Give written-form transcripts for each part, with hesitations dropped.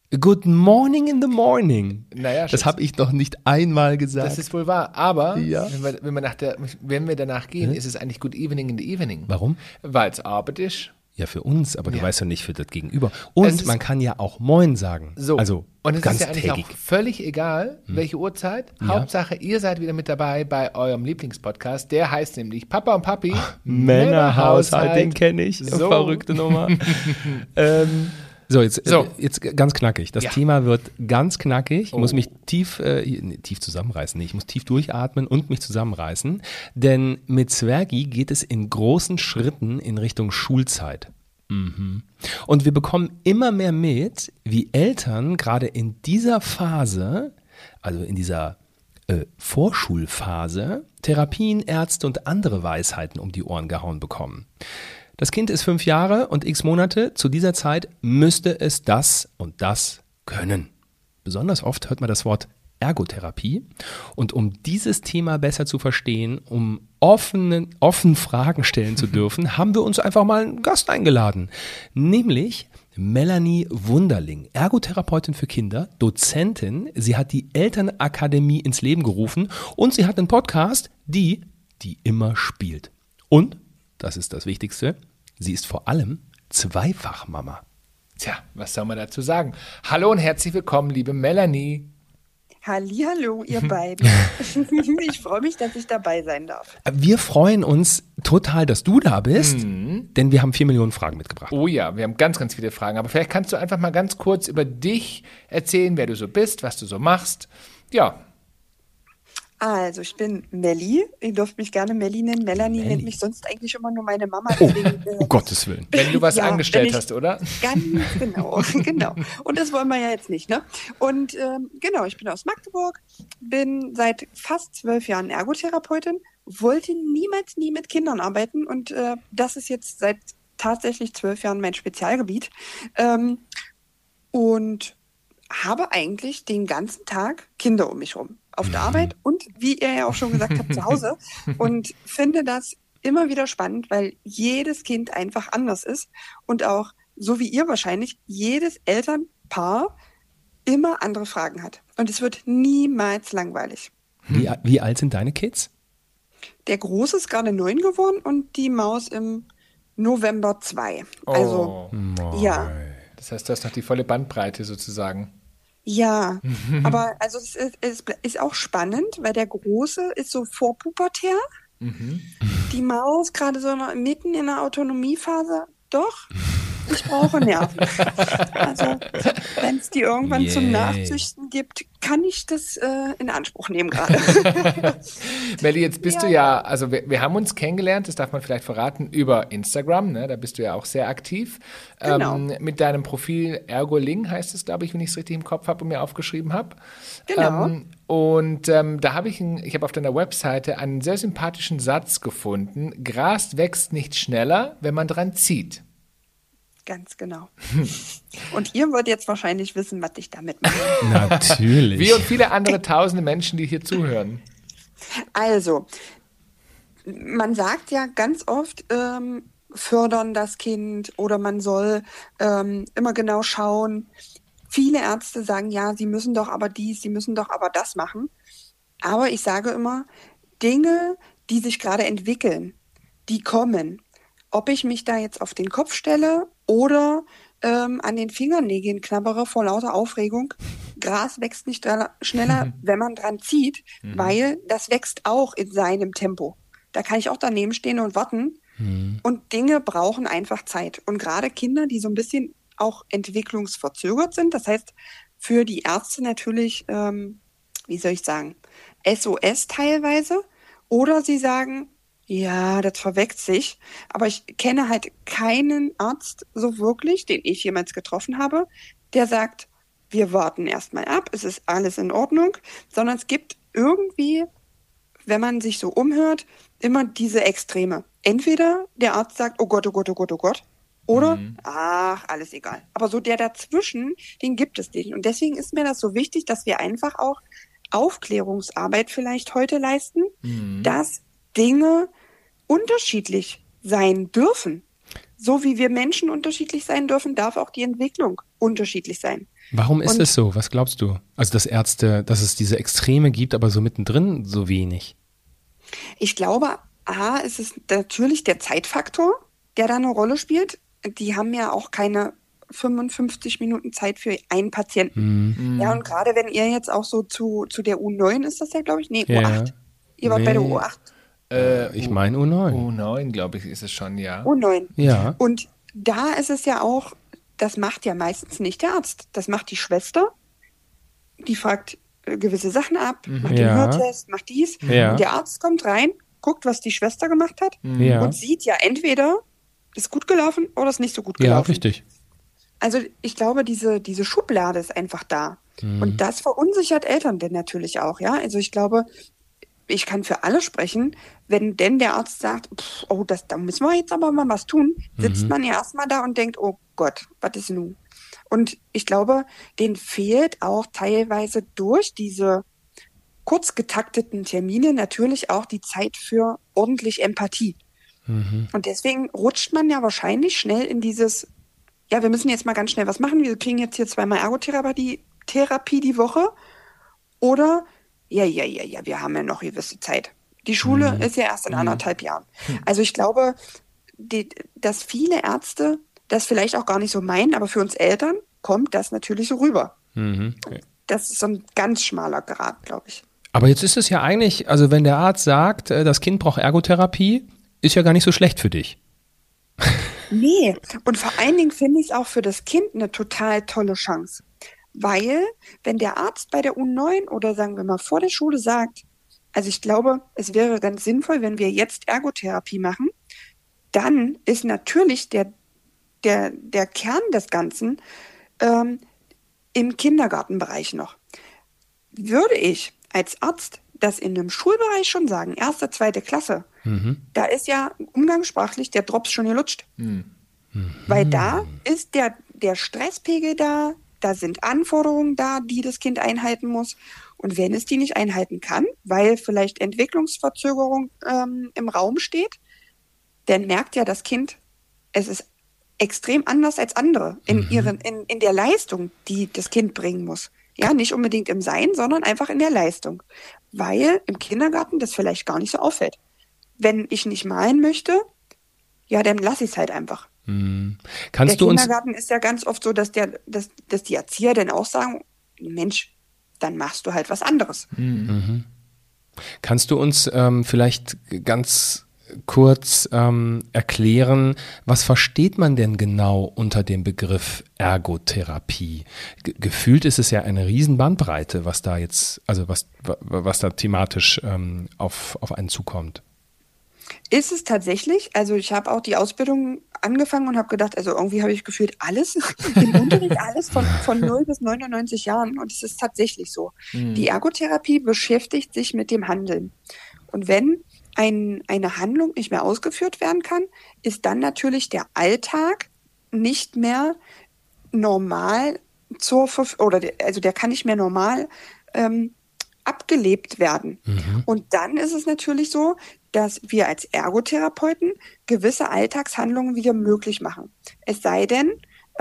Good morning in the morning. Naja, das habe ich doch nicht einmal gesagt. Das ist wohl wahr. Aber ja. wenn wir danach gehen, ist es eigentlich good evening in the evening. Warum? Weil es Arbeit ist. Ja, für uns, aber du weißt ja nicht für das Gegenüber. Und man kann ja auch Moin sagen. So. Also und es ist ja ganztägig. eigentlich auch völlig egal, welche Uhrzeit. Ja. Hauptsache, ihr seid wieder mit dabei bei eurem Lieblingspodcast. Der heißt nämlich Papa und Papi. Männerhaushalt, den kenne ich. So. Verrückte Nummer. Jetzt ganz knackig. Das Thema wird ganz knackig. Ich muss mich tief zusammenreißen. Ich muss tief durchatmen und mich zusammenreißen. Denn mit Zwergi geht es in großen Schritten in Richtung Schulzeit. Mhm. Und wir bekommen immer mehr mit, wie Eltern gerade in dieser Phase, also in dieser Vorschulphase, Therapien, Ärzte und andere Weisheiten um die Ohren gehauen bekommen. Das Kind ist 5 Jahre und x Monate. Zu dieser Zeit müsste es das und das können. Besonders oft hört man das Wort Ergotherapie. Und um dieses Thema besser zu verstehen, um offen Fragen stellen zu dürfen, haben wir uns einfach mal einen Gast eingeladen. Nämlich Melanie Wunderling, Ergotherapeutin für Kinder, Dozentin. Sie hat die Elternakademie ins Leben gerufen und sie hat einen Podcast, die immer spielt. Und, das ist das Wichtigste, sie ist vor allem Zweifachmama. Tja, was soll man dazu sagen? Hallo und herzlich willkommen, liebe Melanie. Hallihallo, ihr beiden. Ich freue mich, dass ich dabei sein darf. Wir freuen uns total, dass du da bist, denn wir haben 4 Millionen Fragen mitgebracht. Oh ja, wir haben ganz, ganz viele Fragen. Aber vielleicht kannst du einfach mal ganz kurz über dich erzählen, wer du so bist, was du so machst. Ja. Also, ich bin Melli. Ihr dürft mich gerne Melli nennen. Melanie nennt mich sonst eigentlich immer nur meine Mama. Deswegen, um Gottes Willen. Wenn du was angestellt hast, oder? Ganz genau. Und das wollen wir ja jetzt nicht, ne? Und genau, ich bin aus Magdeburg, bin seit fast 12 Jahren Ergotherapeutin, wollte niemals mit Kindern arbeiten und das ist jetzt seit tatsächlich 12 Jahren mein Spezialgebiet. Und habe eigentlich den ganzen Tag Kinder um mich rum. Auf der Arbeit und, wie ihr ja auch schon gesagt habt, zu Hause. Und finde das immer wieder spannend, weil jedes Kind einfach anders ist. Und auch, so wie ihr wahrscheinlich, jedes Elternpaar immer andere Fragen hat. Und es wird niemals langweilig. Wie alt sind deine Kids? Der Große ist gerade 9 geworden und die Maus im November 2. Also, ja. Das heißt, du hast noch die volle Bandbreite sozusagen. Ja, aber also es ist auch spannend, weil der Große ist so vorpubertär. Die Maus gerade so mitten in der Autonomiephase. Doch, ich brauche Nerven. Also wenn es die irgendwann zum Nachzüchten gibt, kann ich das in Anspruch nehmen gerade. Melli, jetzt bist du ja, also wir haben uns kennengelernt, das darf man vielleicht verraten, über Instagram, ne? Da bist du ja auch sehr aktiv. Genau. Mit deinem Profil Ergoling heißt es, glaube ich, wenn ich es richtig im Kopf habe und mir aufgeschrieben habe. Genau. Da habe ich habe auf deiner Webseite einen sehr sympathischen Satz gefunden. Gras wächst nicht schneller, wenn man dran zieht. Ganz genau. Und ihr wollt jetzt wahrscheinlich wissen, was ich damit mache. Natürlich. Wir und viele andere tausende Menschen, die hier zuhören. Also, man sagt ja ganz oft, fördern das Kind oder man soll immer genau schauen. Viele Ärzte sagen, ja, sie müssen doch aber dies, sie müssen doch aber das machen. Aber ich sage immer, Dinge, die sich gerade entwickeln, die kommen. Ob ich mich da jetzt auf den Kopf stelle oder an den Fingernägeln knabbere vor lauter Aufregung. Gras wächst nicht schneller, wenn man dran zieht, weil das wächst auch in seinem Tempo. Da kann ich auch daneben stehen und warten. Und Dinge brauchen einfach Zeit. Und gerade Kinder, die so ein bisschen auch entwicklungsverzögert sind, das heißt für die Ärzte natürlich, wie soll ich sagen, SOS teilweise. Oder sie sagen, ja, das verwechselt sich. Aber ich kenne halt keinen Arzt so wirklich, den ich jemals getroffen habe, der sagt, wir warten erstmal ab, es ist alles in Ordnung. Sondern es gibt irgendwie, wenn man sich so umhört, immer diese Extreme. Entweder der Arzt sagt, oh Gott, oh Gott, oh Gott, oh Gott. Oder, ach, alles egal. Aber so der dazwischen, den gibt es nicht. Und deswegen ist mir das so wichtig, dass wir einfach auch Aufklärungsarbeit vielleicht heute leisten, dass Dinge unterschiedlich sein dürfen. So wie wir Menschen unterschiedlich sein dürfen, darf auch die Entwicklung unterschiedlich sein. Warum ist Und es so? Was glaubst du? Also, dass es diese Extreme gibt, aber so mittendrin so wenig. ich glaube, es ist natürlich der Zeitfaktor, der da eine Rolle spielt. Die haben ja auch keine 55 Minuten Zeit für einen Patienten. Ja, und gerade wenn ihr jetzt auch so zu der U9 ist das ja, glaube ich, nee, Ja. U8. Ihr wart bei der Nee. U8. Ich meine U9. U9, glaube ich, ist es schon, ja. U9. Ja. Und da ist es ja auch, das macht ja meistens nicht der Arzt. Das macht die Schwester. Die fragt gewisse Sachen ab, macht den Ja. Hörtest, macht dies. Ja. Und der Arzt kommt rein, guckt, was die Schwester gemacht hat Ja. und sieht ja entweder, ist gut gelaufen oder ist nicht so gut Ja, gelaufen. richtig. Also ich glaube, diese Schublade ist einfach da. Und das verunsichert Eltern denn natürlich auch, ja. Also ich glaube, ich kann für alle sprechen, wenn denn der Arzt sagt, da müssen wir jetzt aber mal was tun, sitzt man ja erstmal da und denkt, oh Gott, was ist nun? Und ich glaube, denen fehlt auch teilweise durch diese kurz getakteten Termine natürlich auch die Zeit für ordentlich Empathie. Und deswegen rutscht man ja wahrscheinlich schnell in dieses, ja, wir müssen jetzt mal ganz schnell was machen, wir kriegen jetzt hier 2-mal Ergotherapie die Woche. Oder, ja, wir haben ja noch gewisse Zeit. Die Schule ist ja erst in 1,5 Jahren. Also ich glaube, dass viele Ärzte das vielleicht auch gar nicht so meinen, aber für uns Eltern kommt das natürlich so rüber. Das ist so ein ganz schmaler Grat, glaube ich. Aber jetzt ist es ja eigentlich, also wenn der Arzt sagt, das Kind braucht Ergotherapie, ist ja gar nicht so schlecht für dich. Nee, und vor allen Dingen finde ich es auch für das Kind eine total tolle Chance. Weil, wenn der Arzt bei der U9 oder sagen wir mal vor der Schule sagt, also ich glaube, es wäre ganz sinnvoll, wenn wir jetzt Ergotherapie machen, dann ist natürlich der Kern des Ganzen im Kindergartenbereich noch. Würde ich als Arzt das in einem Schulbereich schon sagen, 1., 2. Klasse, da ist ja umgangssprachlich der Drops schon gelutscht. Weil da ist der Stresspegel da sind Anforderungen da, die das Kind einhalten muss. Und wenn es die nicht einhalten kann, weil vielleicht Entwicklungsverzögerung im Raum steht, dann merkt ja das Kind, es ist extrem anders als andere in der Leistung, die das Kind bringen muss. Ja, nicht unbedingt im Sein, sondern einfach in der Leistung. Weil im Kindergarten das vielleicht gar nicht so auffällt. Wenn ich nicht malen möchte, ja, dann lasse ich es halt einfach. Kannst Der du uns, Kindergarten ist ja ganz oft so, dass die Erzieher dann auch sagen, Mensch, dann machst du halt was anderes. kannst du uns vielleicht ganz kurz erklären, was versteht man denn genau unter dem Begriff Ergotherapie? Gefühlt ist es ja eine riesen Bandbreite, was da jetzt, also was da thematisch auf einen zukommt. Ist es tatsächlich, also ich habe auch die Ausbildung angefangen und habe gedacht, also irgendwie habe ich gefühlt alles, im Unterricht alles von 0 bis 99 Jahren und es ist tatsächlich so. Die Ergotherapie beschäftigt sich mit dem Handeln. Und wenn eine Handlung nicht mehr ausgeführt werden kann, ist dann natürlich der Alltag nicht mehr normal der kann nicht mehr normal abgelebt werden. Und dann ist es natürlich so, dass wir als Ergotherapeuten gewisse Alltagshandlungen wieder möglich machen. Es sei denn,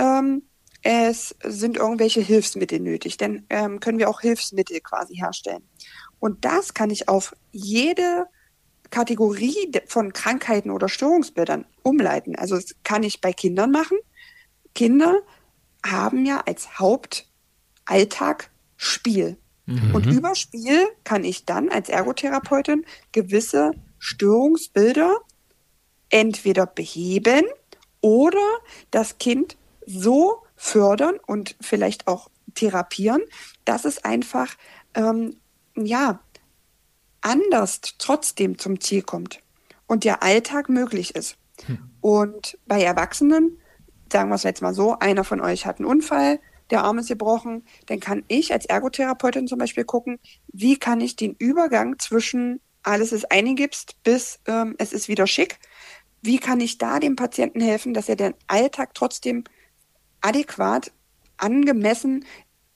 es sind irgendwelche Hilfsmittel nötig, dann können wir auch Hilfsmittel quasi herstellen. Und das kann ich auf jede Kategorie von Krankheiten oder Störungsbildern umleiten. Also das kann ich bei Kindern machen. Kinder haben ja als Hauptalltag Spiel. Und über Spiel kann ich dann als Ergotherapeutin gewisse Störungsbilder entweder beheben oder das Kind so fördern und vielleicht auch therapieren, dass es einfach anders trotzdem zum Ziel kommt und der Alltag möglich ist. Und bei Erwachsenen, sagen wir es jetzt mal so, einer von euch hat einen Unfall, der Arm ist gebrochen, dann kann ich als Ergotherapeutin zum Beispiel gucken, wie kann ich den Übergang zwischen alles ist eingegipst bis es ist wieder schick, wie kann ich da dem Patienten helfen, dass er den Alltag trotzdem adäquat, angemessen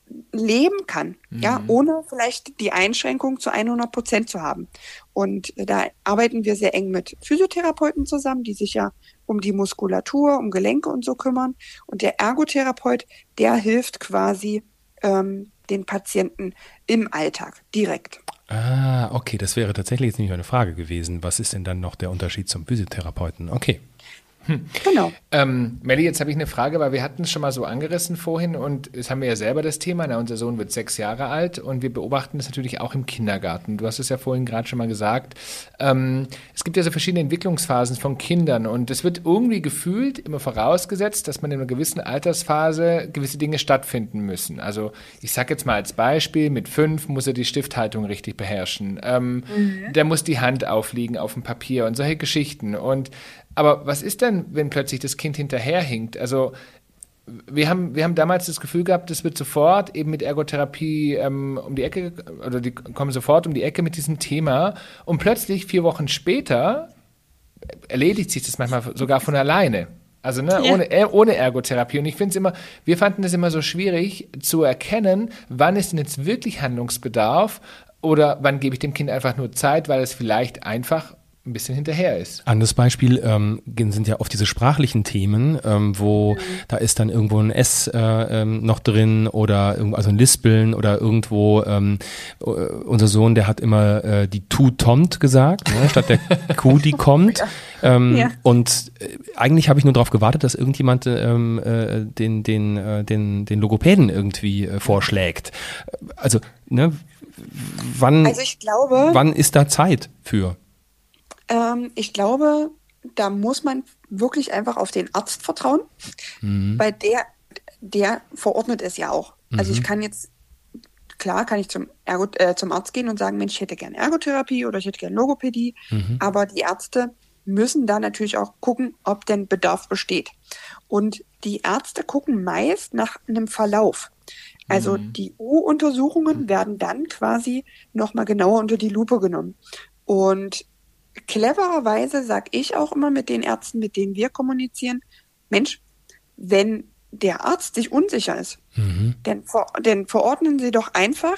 leben kann, ja, ohne vielleicht die Einschränkung zu 100% zu haben. Und da arbeiten wir sehr eng mit Physiotherapeuten zusammen, die sich ja um die Muskulatur, um Gelenke und so kümmern. Und der Ergotherapeut, der hilft quasi den Patienten im Alltag direkt. Ah, okay, das wäre tatsächlich jetzt nicht eine Frage gewesen. Was ist denn dann noch der Unterschied zum Physiotherapeuten? Okay. Genau. Melli, jetzt habe ich eine Frage, weil wir hatten es schon mal so angerissen vorhin und jetzt haben wir ja selber das Thema. Na, unser Sohn wird 6 Jahre alt und wir beobachten das natürlich auch im Kindergarten. Du hast es ja vorhin gerade schon mal gesagt. Es gibt ja so verschiedene Entwicklungsphasen von Kindern und es wird irgendwie gefühlt immer vorausgesetzt, dass man in einer gewissen Altersphase gewisse Dinge stattfinden müssen. Also ich sage jetzt mal als Beispiel, mit 5 muss er die Stifthaltung richtig beherrschen. Der muss die Hand auflegen auf dem Papier und solche Geschichten. Aber was ist denn, wenn plötzlich das Kind hinterherhinkt? Also wir haben damals das Gefühl gehabt, es wird sofort eben mit Ergotherapie um die Ecke, oder die kommen sofort um die Ecke mit diesem Thema und plötzlich 4 Wochen später erledigt sich das manchmal sogar von alleine. Also ohne Ergotherapie. Und ich finde es immer, wir fanden es immer so schwierig zu erkennen, wann ist denn jetzt wirklich Handlungsbedarf oder wann gebe ich dem Kind einfach nur Zeit, weil es vielleicht einfach ein bisschen hinterher ist. Anderes Beispiel sind ja oft diese sprachlichen Themen, wo da ist dann irgendwo ein S noch drin oder also ein Lispeln oder irgendwo unser Sohn, der hat immer die Tu tommt gesagt, ne, statt der Kuh, die kommt. Und eigentlich habe ich nur darauf gewartet, dass irgendjemand den Logopäden irgendwie vorschlägt. Also, ne, wann ist da Zeit für? Ich glaube, da muss man wirklich einfach auf den Arzt vertrauen, weil der verordnet es ja auch. Also ich kann jetzt, klar kann ich zum Arzt gehen und sagen, Mensch, ich hätte gern Ergotherapie oder ich hätte gern Logopädie, aber die Ärzte müssen da natürlich auch gucken, ob denn Bedarf besteht. Und die Ärzte gucken meist nach einem Verlauf. Also die U-Untersuchungen werden dann quasi nochmal genauer unter die Lupe genommen. Und clevererweise sage ich auch immer mit den Ärzten, mit denen wir kommunizieren, Mensch, wenn der Arzt sich unsicher ist, dann verordnen Sie doch einfach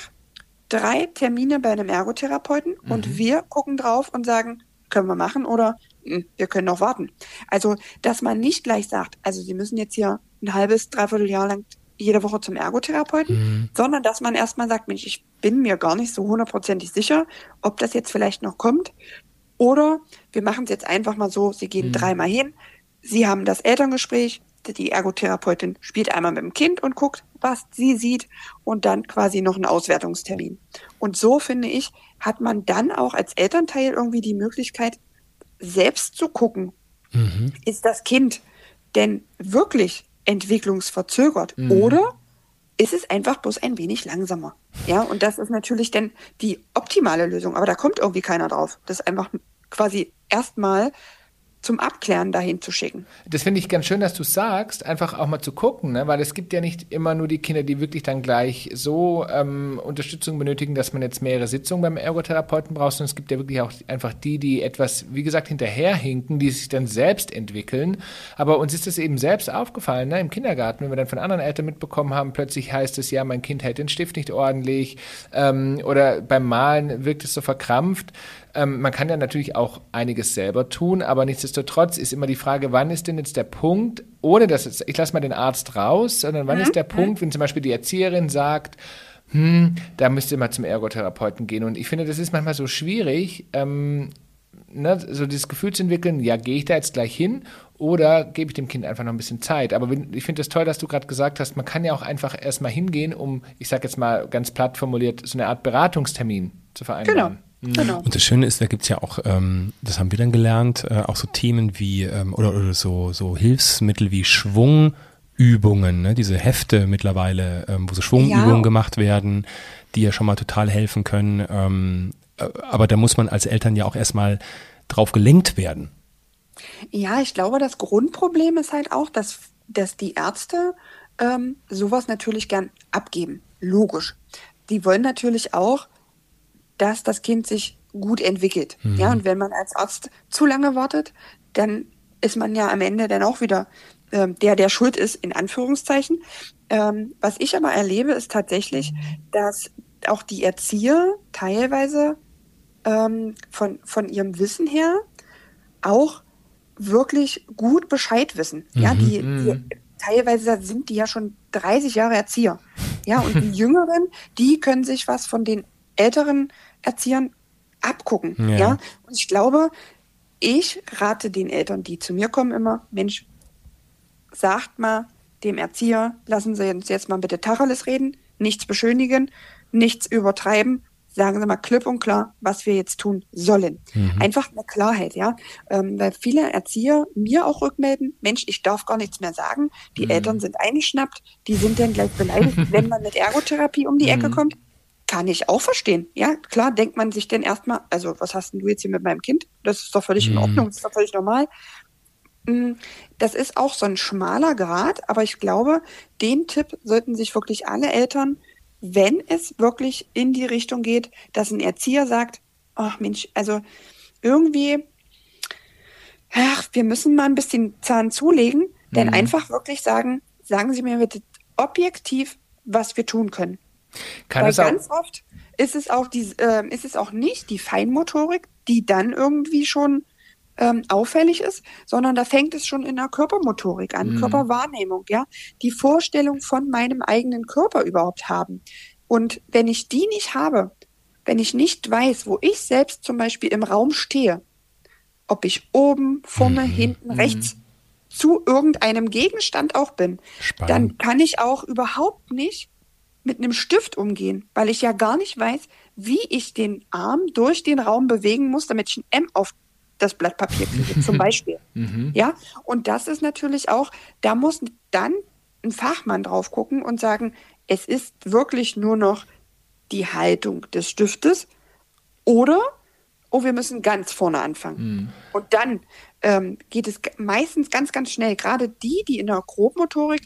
3 Termine bei einem Ergotherapeuten und wir gucken drauf und sagen, können wir machen oder wir können noch warten. Also, dass man nicht gleich sagt, also Sie müssen jetzt hier ein halbes, dreiviertel Jahr lang jede Woche zum Ergotherapeuten, sondern dass man erstmal sagt, Mensch, ich bin mir gar nicht so 100%ig sicher, ob das jetzt vielleicht noch kommt. Oder wir machen es jetzt einfach mal so, Sie gehen 3-mal hin, Sie haben das Elterngespräch, die Ergotherapeutin spielt einmal mit dem Kind und guckt, was sie sieht und dann quasi noch einen Auswertungstermin. Und so, finde ich, hat man dann auch als Elternteil irgendwie die Möglichkeit, selbst zu gucken, ist das Kind denn wirklich entwicklungsverzögert oder ist es einfach bloß ein wenig langsamer. Ja, und das ist natürlich dann die optimale Lösung. Aber da kommt irgendwie keiner drauf. Das einfach quasi erstmal zum Abklären dahin zu schicken. Das finde ich ganz schön, dass du sagst, einfach auch mal zu gucken, ne? Weil es gibt ja nicht immer nur die Kinder, die wirklich dann gleich so Unterstützung benötigen, dass man jetzt mehrere Sitzungen beim Ergotherapeuten braucht, sondern es gibt ja wirklich auch einfach die etwas, wie gesagt, hinterherhinken, die sich dann selbst entwickeln. Aber uns ist das eben selbst aufgefallen, ne? Im Kindergarten, wenn wir dann von anderen Eltern mitbekommen haben, plötzlich heißt es, ja, mein Kind hält den Stift nicht ordentlich oder beim Malen wirkt es so verkrampft. Man kann ja natürlich auch einiges selber tun, aber nichtsdestotrotz ist immer die Frage, wann ist denn jetzt der Punkt, ohne dass jetzt, ich lasse mal den Arzt raus, sondern wann ist der Punkt, wenn zum Beispiel die Erzieherin sagt, da müsst ihr mal zum Ergotherapeuten gehen. Und ich finde, das ist manchmal so schwierig, so dieses Gefühl zu entwickeln, ja, gehe ich da jetzt gleich hin oder gebe ich dem Kind einfach noch ein bisschen Zeit. Aber ich finde es toll, dass du gerade gesagt hast, man kann ja auch einfach erstmal hingehen, um, ich sage jetzt mal ganz platt formuliert, so eine Art Beratungstermin zu vereinbaren. Genau. Und das Schöne ist, da gibt's ja auch, das haben wir dann gelernt, auch so Themen wie, oder so Hilfsmittel wie Schwungübungen, ne? Diese Hefte mittlerweile, wo so Schwungübungen gemacht werden, die ja schon mal total helfen können. Aber da muss man als Eltern ja auch erstmal drauf gelenkt werden. Ja, ich glaube, das Grundproblem ist halt auch, dass die Ärzte sowas natürlich gern abgeben. Logisch. Die wollen natürlich auch, dass das Kind sich gut entwickelt. Ja, und wenn man als Arzt zu lange wartet, dann ist man ja am Ende dann auch wieder der schuld ist, in Anführungszeichen. Was ich aber erlebe, ist tatsächlich, dass auch die Erzieher teilweise von ihrem Wissen her auch wirklich gut Bescheid wissen. Ja, teilweise sind die ja schon 30 Jahre Erzieher. Ja, und die Jüngeren, die können sich was von den älteren Erziehern abgucken. Ja. Und ich glaube, ich rate den Eltern, die zu mir kommen, immer, Mensch, sagt mal dem Erzieher, lassen Sie uns jetzt mal bitte Tacheles reden, nichts beschönigen, nichts übertreiben, sagen Sie mal klipp und klar, was wir jetzt tun sollen. Einfach eine Klarheit, ja. Weil viele Erzieher mir auch rückmelden, Mensch, ich darf gar nichts mehr sagen, die Eltern sind eingeschnappt, die sind dann gleich beleidigt, wenn man mit Ergotherapie um die Ecke kommt. Kann ich auch verstehen. Ja, klar, denkt man sich denn erstmal, also was hast denn du jetzt hier mit meinem Kind? Das ist doch völlig in Ordnung, das ist doch völlig normal. Das ist auch so ein schmaler Grat, aber ich glaube, den Tipp sollten sich wirklich alle Eltern, wenn es wirklich in die Richtung geht, dass ein Erzieher sagt, ach Mensch, also irgendwie, wir müssen mal ein bisschen Zahn zulegen, denn einfach wirklich sagen Sie mir bitte objektiv, was wir tun können. Weil ganz oft ist es auch nicht die Feinmotorik, die dann irgendwie schon auffällig ist, sondern da fängt es schon in der Körpermotorik an, Körperwahrnehmung, ja, die Vorstellung von meinem eigenen Körper überhaupt haben. Und wenn ich die nicht habe, wenn ich nicht weiß, wo ich selbst zum Beispiel im Raum stehe, ob ich oben, vorne, hinten, rechts zu irgendeinem Gegenstand auch bin, dann kann ich auch überhaupt nicht mit einem Stift umgehen, weil ich ja gar nicht weiß, wie ich den Arm durch den Raum bewegen muss, damit ich ein M auf das Blatt Papier kriege, zum Beispiel. Ja, und das ist natürlich auch, da muss dann ein Fachmann drauf gucken und sagen, es ist wirklich nur noch die Haltung des Stiftes oder, wir müssen ganz vorne anfangen. Und dann geht es meistens ganz, ganz schnell. Gerade die in der Grobmotorik,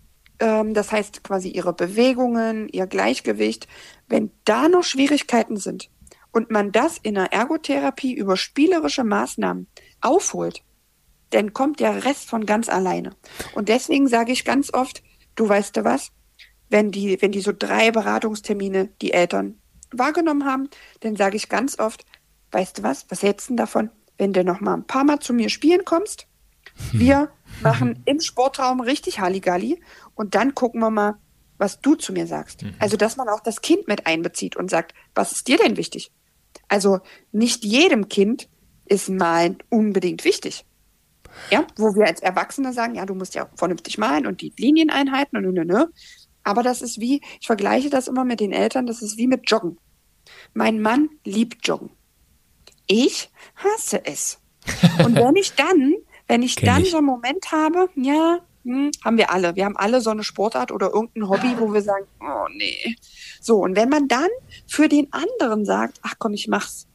das heißt quasi ihre Bewegungen, ihr Gleichgewicht, wenn da noch Schwierigkeiten sind, und man das in der Ergotherapie über spielerische Maßnahmen aufholt, dann kommt der Rest von ganz alleine. Und deswegen sage ich ganz oft, du weißt du was, wenn die so 3 Beratungstermine die Eltern wahrgenommen haben, dann sage ich ganz oft, weißt du was hältst du denn davon, wenn du noch mal ein paar Mal zu mir spielen kommst? Wir machen im Sportraum richtig Halligalli und dann gucken wir mal, was du zu mir sagst. Also, dass man auch das Kind mit einbezieht und sagt, was ist dir denn wichtig? Also nicht jedem Kind ist Malen unbedingt wichtig. Ja, wo wir als Erwachsene sagen, ja, du musst ja vernünftig malen und die Linien einhalten und. Aber das ist wie, ich vergleiche das immer mit den Eltern, das ist wie mit Joggen. Mein Mann liebt Joggen. Ich hasse es. Und wenn ich dann so einen Moment habe, ja, haben wir alle. Wir haben alle so eine Sportart oder irgendein Hobby, wo wir sagen, oh nee. So, und wenn man dann für den anderen sagt, ach komm, ich mach's,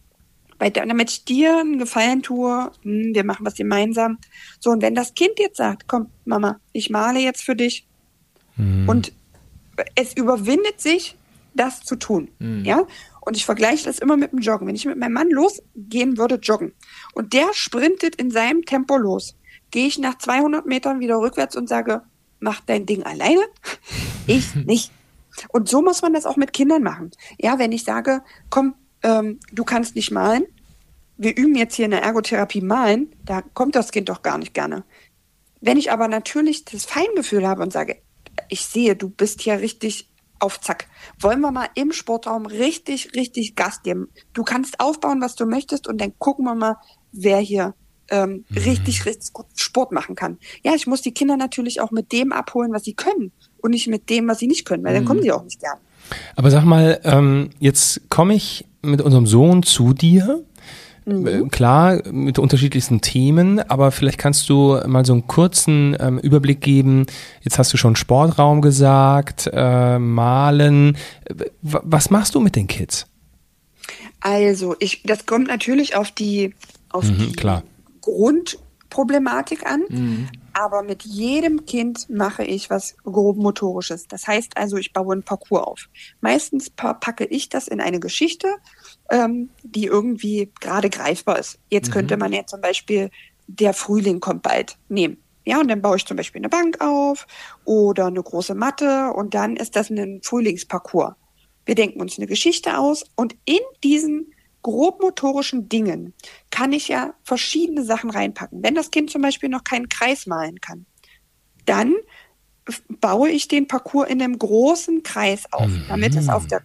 damit ich dir einen Gefallen tue, wir machen was gemeinsam. So, und wenn das Kind jetzt sagt, komm, Mama, ich male jetzt für dich, und es überwindet sich, das zu tun, ja, und ich vergleiche das immer mit dem Joggen. Wenn ich mit meinem Mann losgehen würde, joggen, und der sprintet in seinem Tempo los, gehe ich nach 200 Metern wieder rückwärts und sage, mach dein Ding alleine, ich nicht. Und so muss man das auch mit Kindern machen. Ja, wenn ich sage, komm, du kannst nicht malen, wir üben jetzt hier in der Ergotherapie malen, da kommt das Kind doch gar nicht gerne. Wenn ich aber natürlich das Feingefühl habe und sage, ich sehe, du bist hier richtig auf Zack, wollen wir mal im Sportraum richtig, richtig Gas geben. Du kannst aufbauen, was du möchtest, und dann gucken wir mal, wer hier richtig, richtig gut Sport machen kann. Ja, ich muss die Kinder natürlich auch mit dem abholen, was sie können, und nicht mit dem, was sie nicht können, weil dann kommen sie auch nicht gern. Aber sag mal, jetzt komme ich mit unserem Sohn zu dir. Klar, mit unterschiedlichsten Themen, aber vielleicht kannst du mal so einen kurzen Überblick geben. Jetzt hast du schon Sportraum gesagt, Malen. Was machst du mit den Kids? Also, das kommt natürlich auf die klar. Grundproblematik an, aber mit jedem Kind mache ich was grobmotorisches. Das heißt also, ich baue einen Parcours auf. Meistens packe ich das in eine Geschichte, die irgendwie gerade greifbar ist. Jetzt könnte man ja zum Beispiel, der Frühling kommt bald, nehmen. Ja, und dann baue ich zum Beispiel eine Bank auf oder eine große Matte und dann ist das ein Frühlingsparcours. Wir denken uns eine Geschichte aus und in diesen grobmotorischen Dingen kann ich ja verschiedene Sachen reinpacken. Wenn das Kind zum Beispiel noch keinen Kreis malen kann, dann baue ich den Parcours in einem großen Kreis auf, damit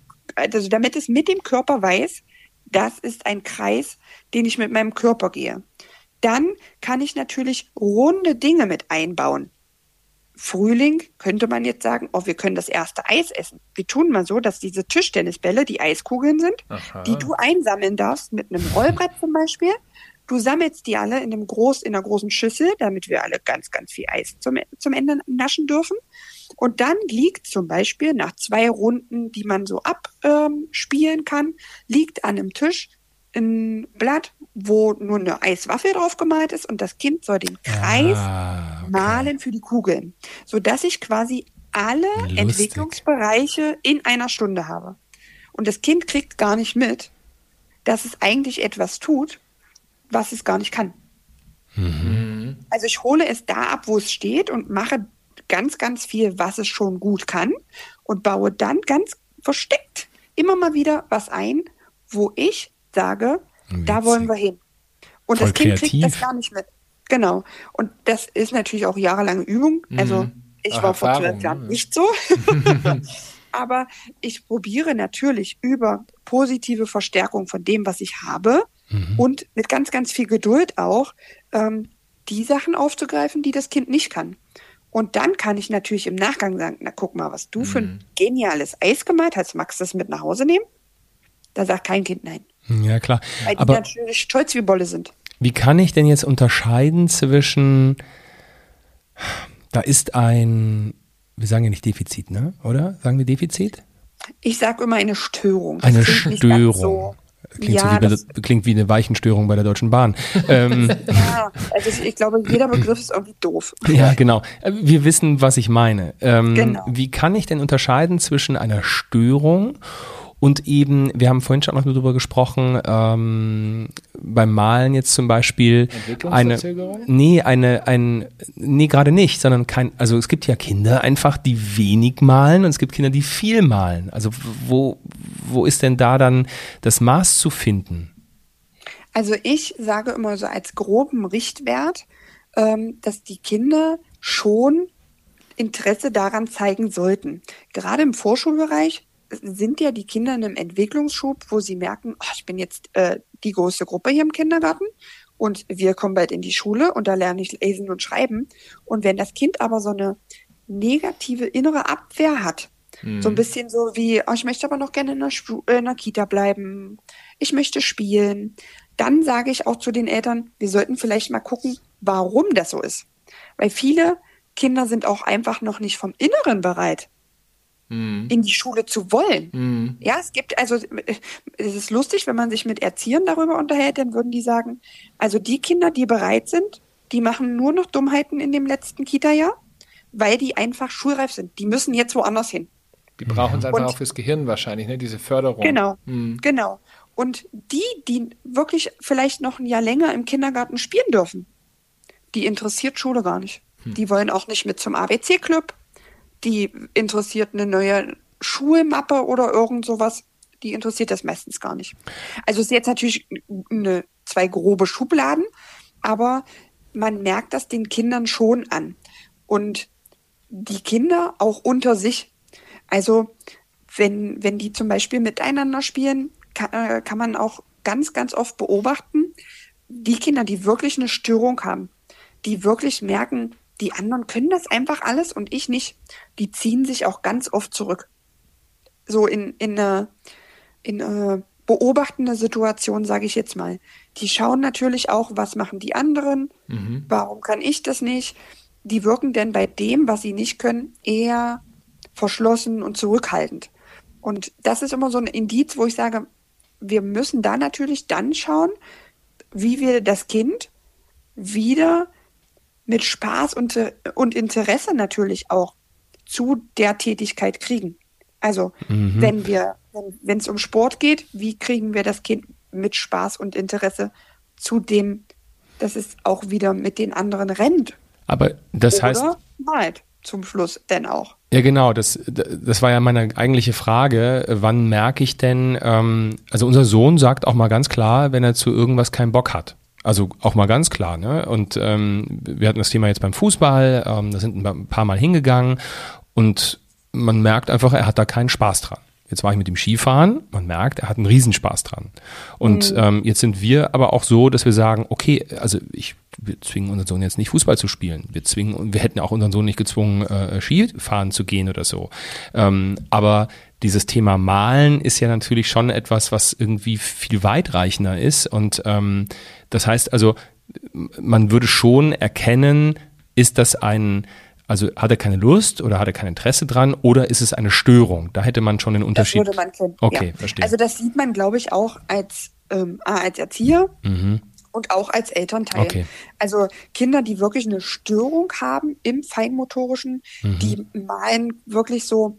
es mit dem Körper weiß, das ist ein Kreis, den ich mit meinem Körper gehe. Dann kann ich natürlich runde Dinge mit einbauen. Frühling könnte man jetzt sagen, oh, wir können das erste Eis essen. Wir tun mal so, dass diese Tischtennisbälle die Eiskugeln sind, die du einsammeln darfst mit einem Rollbrett zum Beispiel. Du sammelst die alle in einer großen Schüssel, damit wir alle ganz, ganz viel Eis zum Ende naschen dürfen. Und dann liegt zum Beispiel nach 2 Runden, die man so abspielen kann, liegt an einem Tisch ein Blatt, wo nur eine Eiswaffel drauf gemalt ist und das Kind soll den Kreis malen für die Kugeln, sodass ich quasi alle Entwicklungsbereiche in einer Stunde habe. Und das Kind kriegt gar nicht mit, dass es eigentlich etwas tut, was es gar nicht kann. Mhm. Also ich hole es da ab, wo es steht und mache ganz, ganz viel, was es schon gut kann und baue dann ganz versteckt immer mal wieder was ein, wo ich sage, da wollen wir hin. Und voll das Kind kreativ. kriegt das gar nicht mit. Genau. Und das ist natürlich auch jahrelange Übung. Also ich war vor 12 Jahren nicht so. Aber ich probiere natürlich über positive Verstärkung von dem, was ich habe und mit ganz, ganz viel Geduld auch, die Sachen aufzugreifen, die das Kind nicht kann. Und dann kann ich natürlich im Nachgang sagen, na guck mal, was du für ein geniales Eis gemalt hast, magst du das mit nach Hause nehmen? Da sagt kein Kind nein. Ja, klar. Weil die Aber natürlich stolz wie Bolle sind. wie kann ich denn jetzt unterscheiden zwischen, da ist wir sagen ja nicht Defizit, ne? Oder? Sagen wir Defizit? Ich sage immer eine Störung. Das Eine klingt nicht ganz Störung. so. Klingt wie eine Weichenstörung bei der Deutschen Bahn. Ja, also ich glaube, jeder Begriff ist irgendwie doof. Ja, genau. Wir wissen, was ich meine. Genau. Wie kann ich denn unterscheiden zwischen einer Störung und eben, wir haben vorhin schon noch darüber gesprochen, beim Malen jetzt zum Beispiel Entwicklungsverzögerung? Nee, gerade nicht, sondern also es gibt ja Kinder einfach, die wenig malen und es gibt Kinder, die viel malen. Also wo ist denn da dann das Maß zu finden? Also ich sage immer so als groben Richtwert, dass die Kinder schon Interesse daran zeigen sollten. Gerade im Vorschulbereich sind ja die Kinder in einem Entwicklungsschub, wo sie merken, oh, ich bin jetzt die größte Gruppe hier im Kindergarten und wir kommen bald in die Schule und da lerne ich lesen und schreiben. Und wenn das Kind aber so eine negative innere Abwehr hat, so ein bisschen so wie, oh, ich möchte aber noch gerne in der Kita bleiben, ich möchte spielen, dann sage ich auch zu den Eltern, wir sollten vielleicht mal gucken, warum das so ist. Weil viele Kinder sind auch einfach noch nicht vom Inneren bereit, in die Schule zu wollen. Ja, es ist lustig, wenn man sich mit Erziehern darüber unterhält, dann würden die sagen, also die Kinder, die bereit sind, die machen nur noch Dummheiten in dem letzten Kita-Jahr, weil die einfach schulreif sind. Die müssen jetzt woanders hin. Die brauchen es einfach auch fürs Gehirn wahrscheinlich, ne? Diese Förderung. Genau. Und die wirklich vielleicht noch ein Jahr länger im Kindergarten spielen dürfen, die interessiert Schule gar nicht. Die wollen auch nicht mit zum ABC-Club. Die interessiert eine neue Schulmappe oder irgend sowas. Die interessiert das meistens gar nicht. Also es ist jetzt natürlich 2 grobe Schubladen, aber man merkt das den Kindern schon an. Und die Kinder auch unter sich. Also wenn die zum Beispiel miteinander spielen, kann man auch ganz, ganz oft beobachten, die Kinder, die wirklich eine Störung haben, die wirklich merken, die anderen können das einfach alles und ich nicht, die ziehen sich auch ganz oft zurück. So in eine beobachtende Situation, sage ich jetzt mal. Die schauen natürlich auch, was machen die anderen, warum kann ich das nicht? Die wirken denn bei dem, was sie nicht können, eher verschlossen und zurückhaltend. Und das ist immer so ein Indiz, wo ich sage, wir müssen da natürlich dann schauen, wie wir das Kind wieder mit Spaß und Interesse natürlich auch zu der Tätigkeit kriegen. Also wenn es um Sport geht, wie kriegen wir das Kind mit Spaß und Interesse zu dem, dass es auch wieder mit den anderen rennt? Aber das heißt, Oder malt zum Schluss denn auch. ja genau, das war ja meine eigentliche Frage, wann merke ich denn, also unser Sohn sagt auch mal ganz klar, wenn er zu irgendwas keinen Bock hat. Also auch mal ganz klar, ne? Und wir hatten das Thema jetzt beim Fußball, da sind ein paar Mal hingegangen und man merkt einfach, er hat da keinen Spaß dran. Jetzt war ich mit dem Skifahren, man merkt, er hat einen Riesenspaß dran. Und jetzt sind wir aber auch so, dass wir sagen, okay, also wir zwingen unseren Sohn jetzt nicht Fußball zu spielen. Wir hätten auch unseren Sohn nicht gezwungen, Skifahren zu gehen oder so. Aber dieses Thema Malen ist ja natürlich schon etwas, was irgendwie viel weitreichender ist. Und das heißt also, man würde schon erkennen, ist das also hat er keine Lust oder hat er kein Interesse dran oder ist es eine Störung? Da hätte man schon den Unterschied. Das würde man kennen. Okay, ja. verstehe. Also das sieht man, glaube ich, auch als Erzieher und auch als Elternteil. Okay. Also Kinder, die wirklich eine Störung haben im Feinmotorischen, die malen wirklich so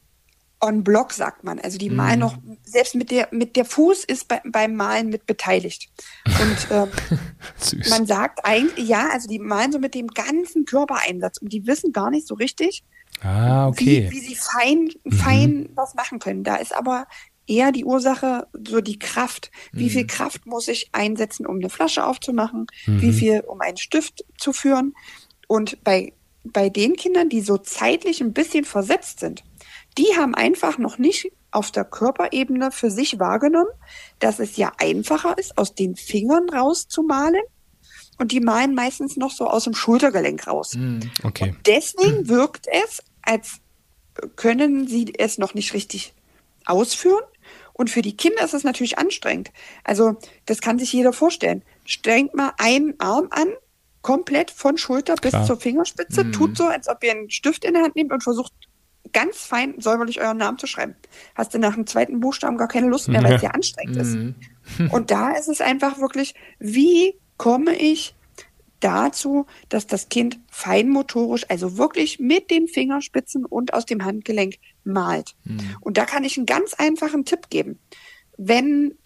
on block, sagt man. Also die malen noch, selbst mit der Fuß ist beim Malen mit beteiligt. Und Süß. man sagt eigentlich, ja, also die malen so mit dem ganzen Körpereinsatz und die wissen gar nicht so richtig, Okay. wie sie fein was machen können. Da ist aber eher die Ursache so die Kraft. Wie viel Kraft muss ich einsetzen, um eine Flasche aufzumachen? Wie viel, um einen Stift zu führen? Und bei den Kindern, die so zeitlich ein bisschen versetzt sind, die haben einfach noch nicht auf der Körperebene für sich wahrgenommen, dass es ja einfacher ist, aus den Fingern rauszumalen. Und die malen meistens noch so aus dem Schultergelenk raus. Okay. Und deswegen wirkt es, als können sie es noch nicht richtig ausführen. Und für die Kinder ist es natürlich anstrengend. Also das kann sich jeder vorstellen. Strengt mal einen Arm an, komplett von Schulter bis zur Fingerspitze, tut so, als ob ihr einen Stift in der Hand nehmt und versucht, ganz fein säuberlich euren Namen zu schreiben. Hast du nach dem zweiten Buchstaben gar keine Lust mehr, weil es ja anstrengend ist. Und da ist es einfach wirklich, wie komme ich dazu, dass das Kind feinmotorisch, also wirklich mit den Fingerspitzen und aus dem Handgelenk malt. Und da kann ich einen ganz einfachen Tipp geben. Wenn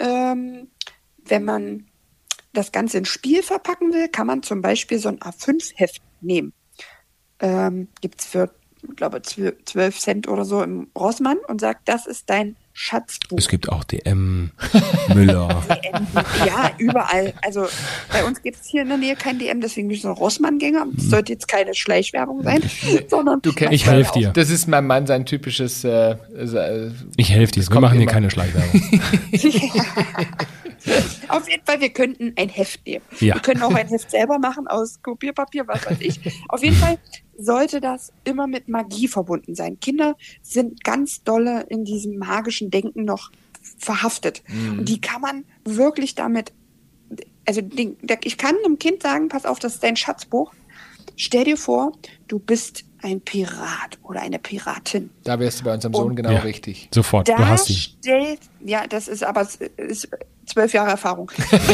man das Ganze ins Spiel verpacken will, kann man zum Beispiel so ein A5-Heft nehmen. Gibt es für, ich glaube, 12 Cent oder so im Rossmann und sagt, das ist dein Schatzbuch. Es gibt auch DM, Müller. DM, ja, überall. Also bei uns gibt es hier in der Nähe kein DM, deswegen bin ich so ein Rossmann-Gänger. Das sollte jetzt keine Schleichwerbung sein, sondern Du kennst Ich helfe dir. Das ist mein Mann sein typisches Ich helfe dir. Wir kommt machen hier immer. keine Schleichwerbung. Auf jeden Fall, wir könnten ein Heft nehmen. Ja. Wir können auch ein Heft selber machen aus Kopierpapier, was weiß ich. Auf jeden Fall sollte das immer mit Magie verbunden sein. Kinder sind ganz dolle in diesem magischen Denken noch verhaftet. Und die kann man wirklich damit, also ich kann einem Kind sagen, pass auf, das ist dein Schatzbuch. Stell dir vor, du bist ein Pirat oder eine Piratin. Da wärst du bei unserem Sohn genau Ja. richtig. Sofort, du Da hast ihn. stellt, ja, das ist aber ist 12 Jahre Erfahrung.